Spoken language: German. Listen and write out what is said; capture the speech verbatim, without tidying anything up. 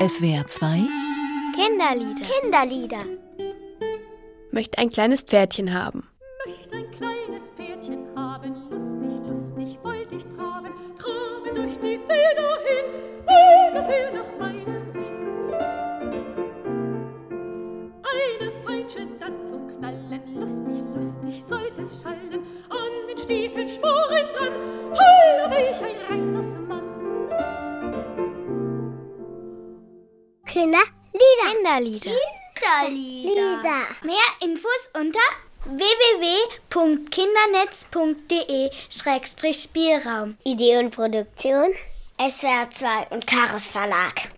S W R zwei Kinderlieder. Kinderlieder. Möchte ein kleines Pferdchen haben. Möchte ein kleines Pferdchen haben, lustig, lustig, wollt ich traben, traben durch die Felder hin, oh, das wär nach meinem Sinn. Eine Peitsche dann zum Knallen, lustig, lustig, sollt es schallen, an den Stiefeln Sporen dran, holla, welch ein Reitersmann. Kinderlieder. Kinderlieder. Kinderlieder. Mehr Infos unter w w w punkt kindernetz punkt d e Schrägstrich Spielraum. Idee und Produktion S W R zwei und Karos Verlag.